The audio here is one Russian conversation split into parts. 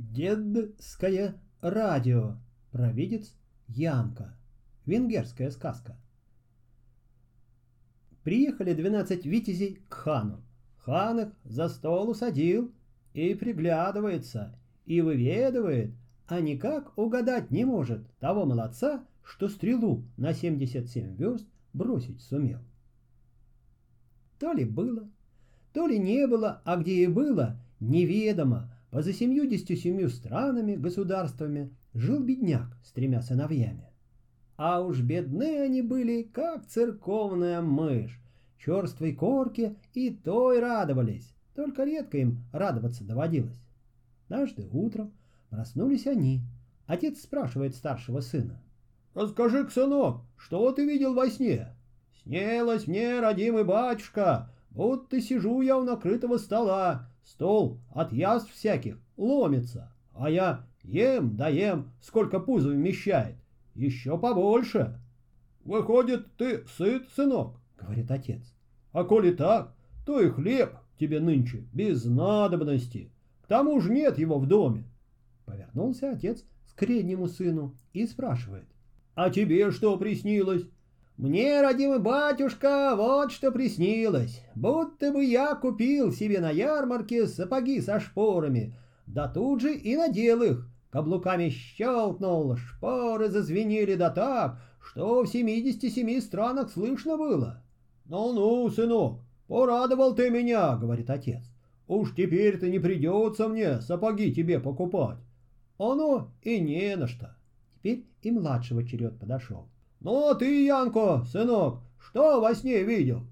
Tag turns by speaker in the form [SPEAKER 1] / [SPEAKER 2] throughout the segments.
[SPEAKER 1] Дедское радио. Провидец Янка. Венгерская сказка. Приехали 12 витязей к хану. Хан их за стол усадил и приглядывается, и выведывает, а никак угадать не может того молодца, что стрелу на 77 верст бросить сумел. То ли было, то ли не было, а где и было, неведомо. За 77 странами, государствами жил бедняк с 3 сыновьями. А уж бедны они были, как церковная мышь. Черствой корке и той радовались, только редко им радоваться доводилось. Однажды утром проснулись они. Отец спрашивает старшего сына: «Расскажи-ка, сынок, что ты видел во сне?» «Снилось мне, родимый батюшка, будто сижу я у накрытого стола. Стол от яств всяких ломится, а я ем да ем, сколько пузо вмещает, еще побольше». «Выходит, ты сыт, сынок?» — говорит отец. «А коли так, то и хлеб тебе нынче без надобности, к тому же нет его в доме». Повернулся отец к среднему сыну и спрашивает: «А тебе что приснилось?» «Мне, родимый батюшка, вот что приснилось. Будто бы я купил себе на ярмарке сапоги со шпорами, да тут же и надел их. Каблуками щелкнул, шпоры зазвенели да так, что в 77 странах слышно было». «Ну-ну, сынок, порадовал ты меня, — говорит отец. Уж теперь-то не придется мне сапоги тебе покупать. Оно и не на что». Теперь и младшего черед подошел. «Ну, а ты, Янко, сынок, что во сне видел?»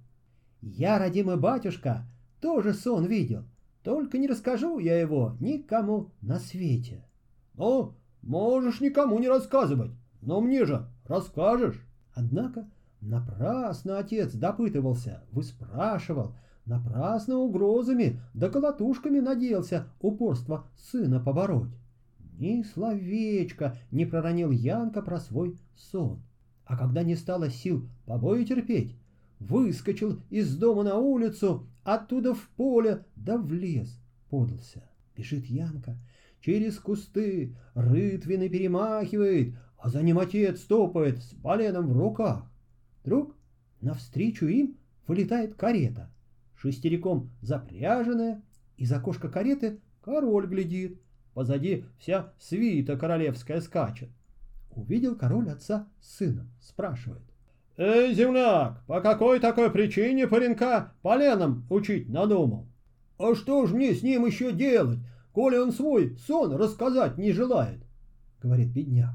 [SPEAKER 1] «Я, родимый батюшка, тоже сон видел, только не расскажу я его никому на свете». «Ну, можешь никому не рассказывать, но мне же расскажешь». Однако напрасно отец допытывался, выспрашивал, напрасно угрозами да колотушками надеялся упорство сына побороть. Ни словечко не проронил Янка про свой сон. А когда не стало сил побои терпеть, выскочил из дома на улицу, оттуда в поле да в лес подался. Бежит Янка через кусты, рытвины перемахивает, а за ним отец топает с поленом в руках. Вдруг навстречу им вылетает карета, шестериком запряженная, из окошка кареты король глядит, позади вся свита королевская скачет. Увидел король отца с сыном, спрашивает: «Эй, земляк, по какой такой причине паренька поленом учить надумал?» «А что ж мне с ним еще делать, коли он свой сон рассказать не желает?» — говорит бедняк.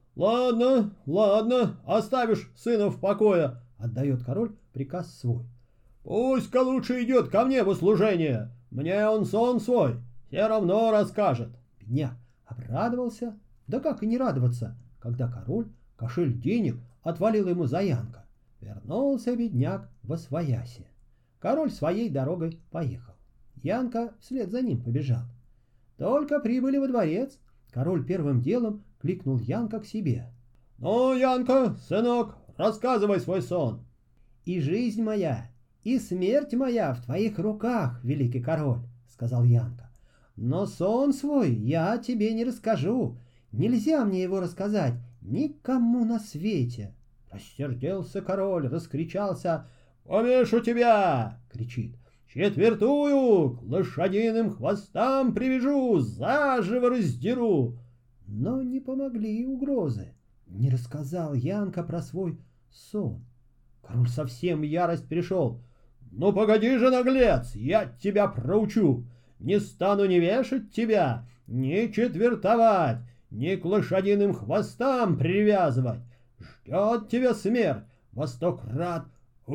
[SPEAKER 1] «Ладно, ладно, оставишь сына в покое», — отдает король приказ свой. «Пусть-ка лучше идет ко мне в услужение, мне он сон свой все равно расскажет». Бедняк обрадовался, да как и не радоваться, когда король кошель денег отвалил ему за Янка. Вернулся бедняк восвояси. Король своей дорогой поехал. Янка вслед за ним побежал. Только прибыли во дворец, король первым делом кликнул Янка к себе. «Ну, Янка, сынок, рассказывай свой сон». «И жизнь моя, и смерть моя в твоих руках, великий король», — сказал Янка. «Но сон свой я тебе не расскажу. Нельзя мне его рассказать никому на свете». Рассердился король, раскричался. «Повешу тебя!» — кричит. «Четвертую к лошадиным хвостам привяжу, заживо раздеру». Но не помогли угрозы. Не рассказал Янка про свой сон. Король совсем в ярость перешел. «Ну погоди же, наглец, я тебя проучу. Не стану ни вешать тебя, ни четвертовать, ни к лошадиным хвостам привязывать. Ждет тебя смерть во 100 крат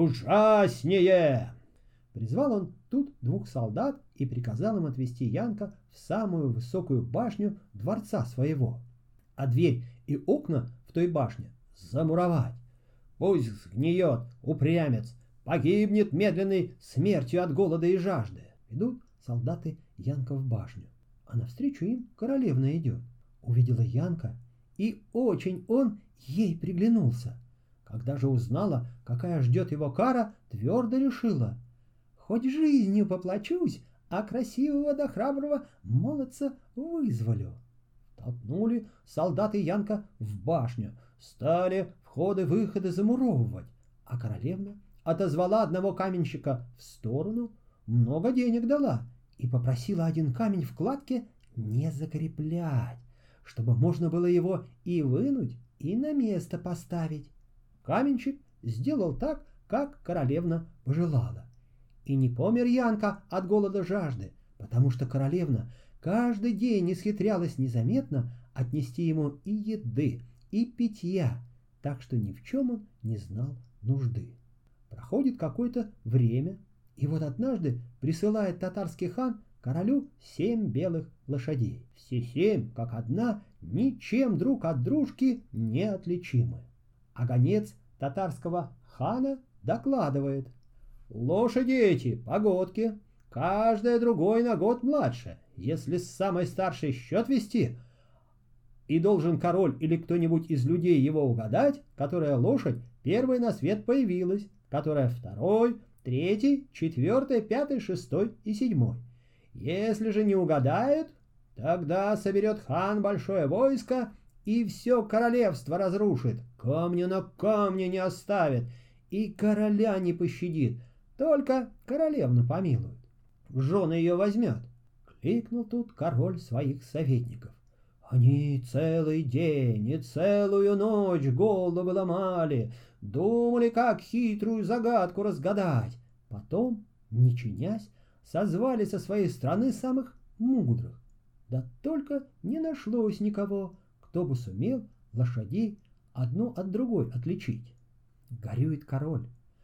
[SPEAKER 1] ужаснее». Призвал он тут 2 солдат и приказал им отвести Янка в самую высокую башню дворца своего, а дверь и окна в той башне замуровать. Пусть сгниет упрямец, погибнет медленной смертью от голода и жажды. Идут солдаты Янка в башню, а навстречу им королевна идет. Увидела Янка, и очень он ей приглянулся. Когда же узнала, какая ждет его кара, твердо решила: хоть жизнью поплачусь, а красивого да храброго молодца вызволю. Толкнули солдаты Янка в башню, стали входы-выходы замуровывать, а королевна отозвала одного каменщика в сторону, много денег дала и попросила один камень в кладке не закреплять, чтобы можно было его и вынуть, и на место поставить. Каменщик сделал так, как королевна пожелала. И не помер Янка от голода жажды, потому что королевна каждый день исхитрялась незаметно отнести ему и еды, и питья, так что ни в чем он не знал нужды. Проходит какое-то время, и вот однажды присылает татарский хан королю 7 белых лошадей. Все 7, как одна, ничем друг от дружки не отличимы. А гонец татарского хана докладывает: лошади эти, погодки, каждая другой на год младше. Если с самой старшей счет вести, и должен король или кто-нибудь из людей его угадать, которая лошадь первой на свет появилась, которая второй, третий, четвертый, пятый, шестой и седьмой. Если же не угадают, тогда соберет хан большое войско и все королевство разрушит, камня на камне не оставит, и короля не пощадит, только королевну помилует, в жены ее возьмет. Кликнул тут король своих советников. Они целый день и целую ночь головы ломали, думали, как хитрую загадку разгадать. Потом, не чинясь, созвали со своей страны самых мудрых. Да только не нашлось никого, кто бы сумел лошадей одну от другой отличить. Горюет король,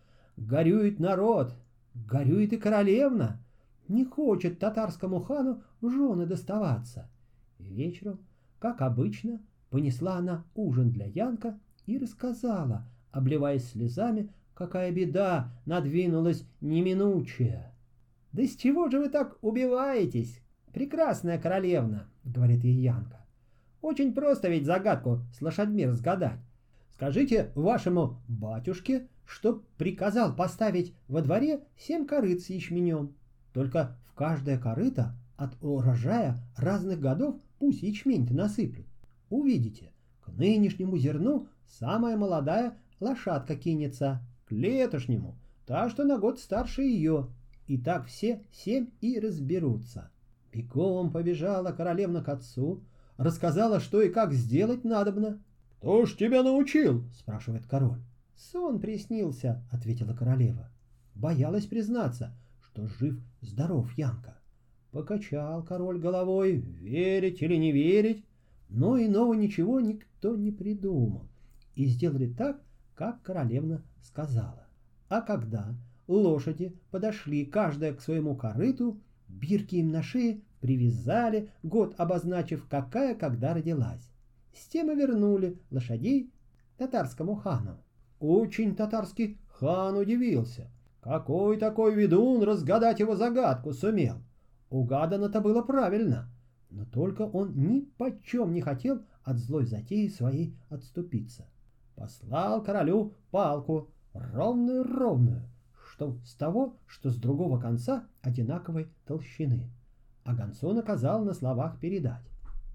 [SPEAKER 1] горюет народ, горюет и королевна. Не хочет татарскому хану в жены доставаться. Вечером, как обычно, понесла она ужин для Янка и рассказала, обливаясь слезами, какая беда надвинулась неминучая. «Да с чего же вы так убиваетесь, прекрасная королевна?» — говорит ей Янка. «Очень просто ведь загадку с лошадьми разгадать. Скажите вашему батюшке, что приказал поставить во дворе 7 корыт с ячменем. Только в каждое корыто от урожая разных годов пусть ячмень-то насыплет. Увидите, к нынешнему зерну самая молодая лошадка кинется, к летошнему та, что на год старше ее, и так все 7 и разберутся». Бегом побежала королевна к отцу, рассказала, что и как сделать надобно. «Кто ж тебя научил?» — спрашивает король. «Сон приснился», — ответила королева. Боялась признаться, что жив-здоров Янка. Покачал король головой, верить или не верить, но иного ничего никто не придумал, и сделали так, как королевна сказала. А когда лошади подошли каждая к своему корыту, бирки им на шее привязали, год обозначив, какая когда родилась. С тем и вернули лошадей татарскому хану. Очень татарский хан удивился. Какой такой ведун разгадать его загадку сумел? Угадано-то было правильно, но только он ни почем не хотел от злой затеи своей отступиться. Послал королю палку, ровную-ровную, что с того, что с другого конца одинаковой толщины, а гонцу наказал на словах передать.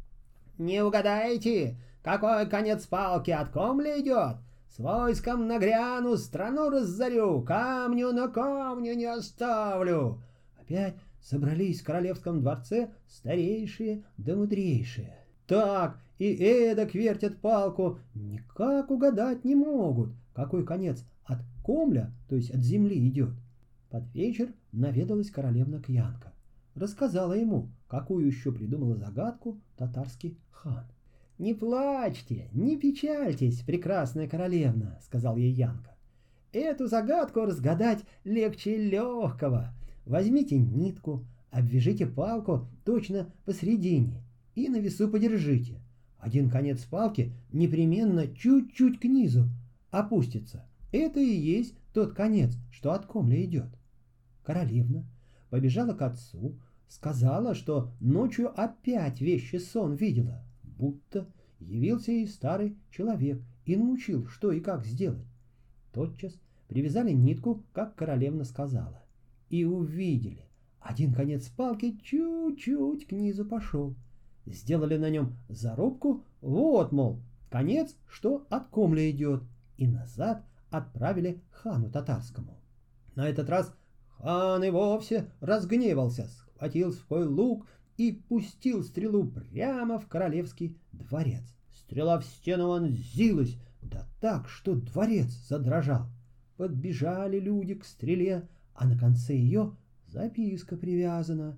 [SPEAKER 1] «Не угадаете, какой конец палки от комля идет? С войском нагряну, страну разорю, камню на камню не оставлю». Опять собрались в королевском дворце старейшие да мудрейшие. Так и эдак вертят палку, никак угадать не могут, какой конец от комля, то есть от земли, идет. Под вечер наведалась королевна к Янка. Рассказала ему, какую еще придумала загадку татарский хан. «Не плачьте, не печальтесь, прекрасная королевна», — сказал ей Янка. «Эту загадку разгадать легче легкого. Возьмите нитку, обвяжите палку точно посредине и на весу подержите. Один конец палки непременно чуть-чуть к низу опустится. Это и есть тот конец, что от комля идет». Королевна побежала к отцу, сказала, что ночью опять вещий сон видела, будто явился ей старый человек и научил, что и как сделать. Тотчас привязали нитку, как королевна сказала, и увидели. Один конец палки чуть-чуть к низу пошел. Сделали на нем зарубку, вот, мол, конец, что от Комля идет, и назад отправили хану татарскому. На этот раз хан и вовсе разгневался, схватил свой лук и пустил стрелу прямо в королевский дворец. Стрела в стену вонзилась, да так, что дворец задрожал. Подбежали люди к стреле, а на конце ее записка привязана.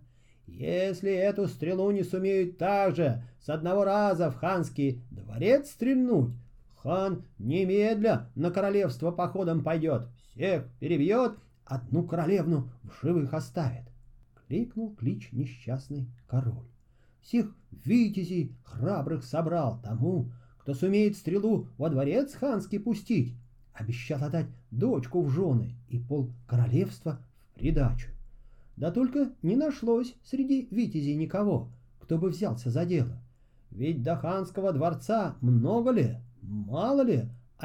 [SPEAKER 1] Если эту стрелу не сумеют так же с одного раза в ханский дворец стрельнуть, хан немедля на королевство походом пойдет, всех перебьет, одну королевну в живых оставит. Кликнул клич несчастный король. Всех витязей храбрых собрал тому, кто сумеет стрелу во дворец ханский пустить. Обещал отдать дочку в жены и пол королевства в придачу. Да только не нашлось среди витязей никого, кто бы взялся за дело. Ведь до ханского дворца много ли, мало ли, а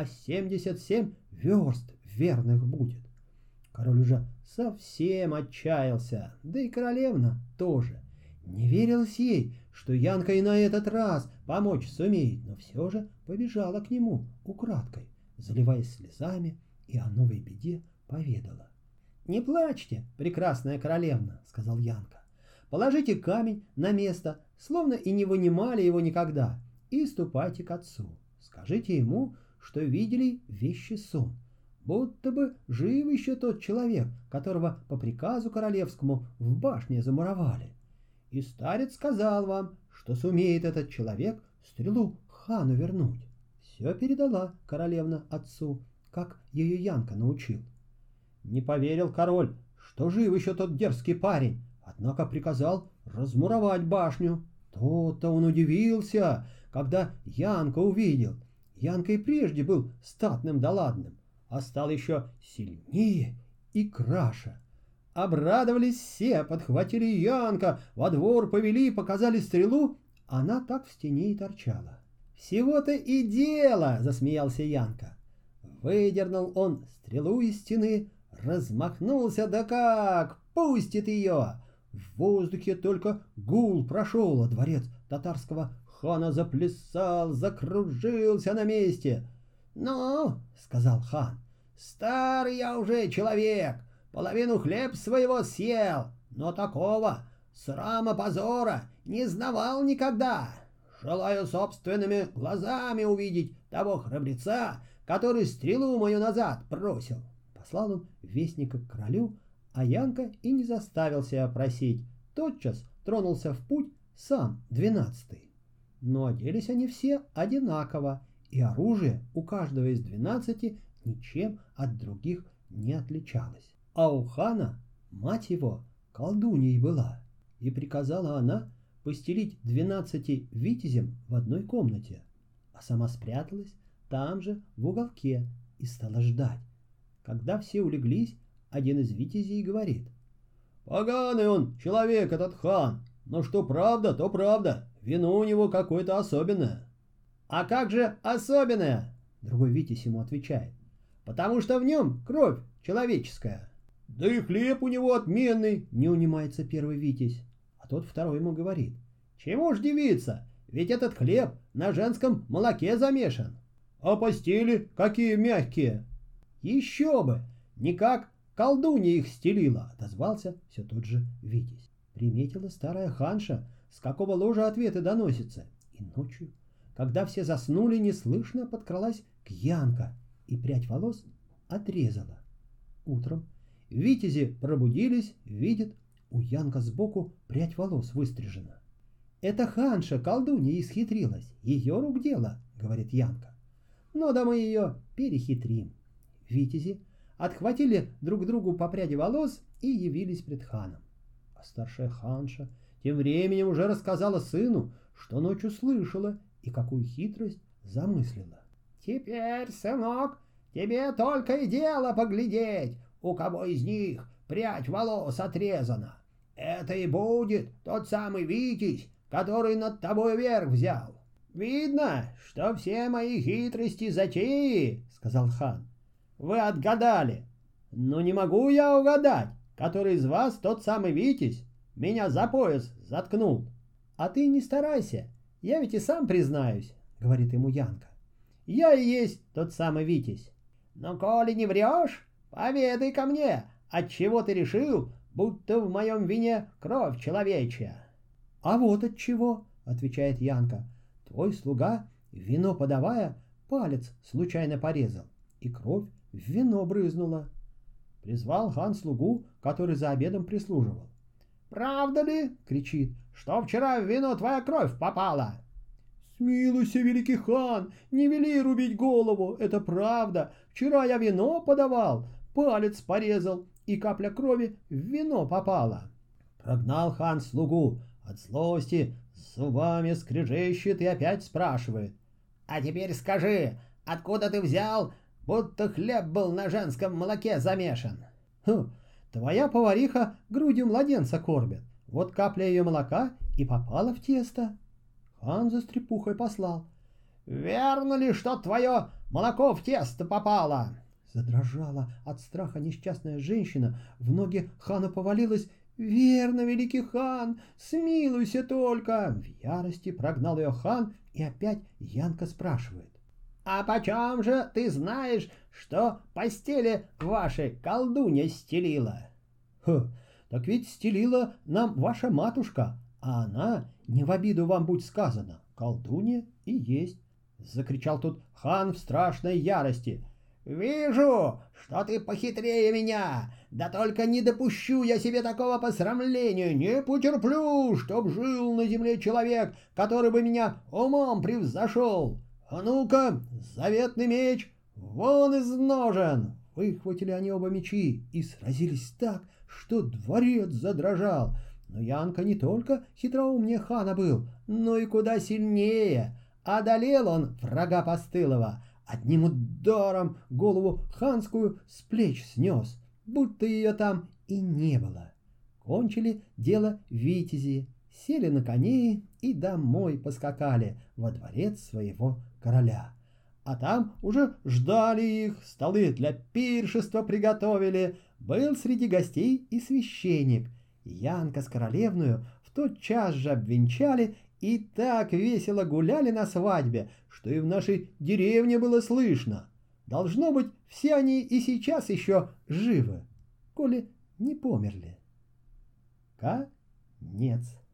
[SPEAKER 1] 77 верст верных будет. Король уже совсем отчаялся, да и королевна тоже. Не верилось ей, что Янка и на этот раз помочь сумеет, но все же побежала к нему украдкой, заливаясь слезами, и о новой беде поведала. «Не плачьте, прекрасная королевна», — сказал Янка. «Положите камень на место, словно и не вынимали его никогда, и ступайте к отцу. Скажите ему, что видели вещий сон, будто бы жив еще тот человек, которого по приказу королевскому в башне замуровали. И старец сказал вам, что сумеет этот человек стрелу хану вернуть». Все передала королевна отцу, как ее Янка научил. Не поверил король, что жив еще тот дерзкий парень, однако приказал размуровать башню. То-то он удивился, когда Янка увидел. Янка и прежде был статным да ладным, а стал еще сильнее и краше. Обрадовались все, подхватили Янка, во двор повели, показали стрелу, она так в стене и торчала. «Всего-то и дело!» — засмеялся Янка. Выдернул он стрелу из стены, размахнулся, да как пустит ее! В воздухе только гул прошел, а дворец татарского хана заплясал, закружился на месте. «Ну, — сказал хан, — старый я уже человек, половину хлеб своего съел, но такого срама позора не знавал никогда. Желаю собственными глазами увидеть того храбреца, который стрелу мою назад бросил». Послал он вестника к королю, а Янка и не заставил себя просить. Тотчас тронулся в путь сам 12-й. Но оделись они все одинаково, и оружие у каждого из 12 ничем от других не отличалось. А у хана мать его колдуньей была, и приказала она постелить 12 витязям в одной комнате, а сама спряталась там же в уголке и стала ждать. Когда все улеглись, один из витязей говорит: «Поганый он, человек этот хан, но что правда, то правда, вино у него какое-то особенное». «А как же особенное?» — другой витязь ему отвечает. «Потому что в нем кровь человеческая». «Да и хлеб у него отменный», — не унимается первый витязь. А тот второй ему говорит: «Чему ж дивиться, ведь этот хлеб на женском молоке замешан». «А постели какие мягкие!» «Еще бы! Никак колдунья их стелила», — отозвался все тот же витязь. Приметила старая ханша, с какого ложа ответы доносятся, и ночью, когда все заснули, неслышно подкралась к Янка и прядь волос отрезала. Утром витязи пробудились, видят, у Янка сбоку прядь волос выстрижена. «Это ханша колдунья исхитрилась, ее рук дело», — говорит Янка. «Но да мы ее перехитрим». Витязи отхватили друг другу по пряди волос и явились пред ханом. А старшая ханша тем временем уже рассказала сыну, что ночью слышала и какую хитрость замыслила. «Теперь, сынок, тебе только и дело поглядеть, у кого из них прядь волос отрезана. Это и будет тот самый Витязь, который над тобой верх взял». «Видно, что все мои хитрости затеи, — сказал хан, — вы отгадали. Но не могу я угадать, который из вас тот самый Витязь, меня за пояс заткнул. А ты не старайся, я ведь и сам признаюсь, говорит ему Янка. Я и есть тот самый Витязь. Но коли не врешь, поведай ко мне, отчего ты решил, будто в моем вине кровь человечья. А вот отчего, отвечает Янка. Твой слуга, вино подавая, палец случайно порезал, и кровь в вино брызнула. Призвал хан слугу, который за обедом прислуживал. «Правда ли, — кричит, — что вчера в вино твоя кровь попала?» «Смилуйся, великий хан, не вели рубить голову, это правда. Вчера я вино подавал, палец порезал, и капля крови в вино попала». Прогнал хан слугу, от злости зубами скрежещет и опять спрашивает. «А теперь скажи, откуда ты взял, будто хлеб был на женском молоке замешан?» Твоя повариха грудью младенца кормит. Вот капля ее молока и попала в тесто. Хан за стрепухой послал. «Верно ли, что твое молоко в тесто попало?» Задрожала от страха несчастная женщина, в ноги хану повалилась. «Верно, великий хан, смилуйся только!» В ярости прогнал ее хан, и опять Янка спрашивает. «А почем же ты знаешь, что постели ваши колдунья стелила?» Так ведь стелила нам ваша матушка, а она, не в обиду вам будь сказано, колдунья и есть. Закричал тут хан в страшной ярости. «Вижу, что ты похитрее меня, да только не допущу я себе такого посрамления, не потерплю, чтоб жил на земле человек, который бы меня умом превзошел. А ну-ка, заветный меч, вон из ножен!» Выхватили они оба мечи и сразились так, что дворец задрожал. Но Янка не только хитроумнее хана был, но и куда сильнее. Одолел он врага постылого, одним ударом голову ханскую с плеч снес, будто ее там и не было. Кончили дело витязи, сели на коней и домой поскакали во дворец своего короля. А там уже ждали их, столы для пиршества приготовили. Был среди гостей и священник. Янка с королевную в тот час же обвенчали и так весело гуляли на свадьбе, что и в нашей деревне было слышно. Должно быть, все они и сейчас еще живы, коли не померли. Конец.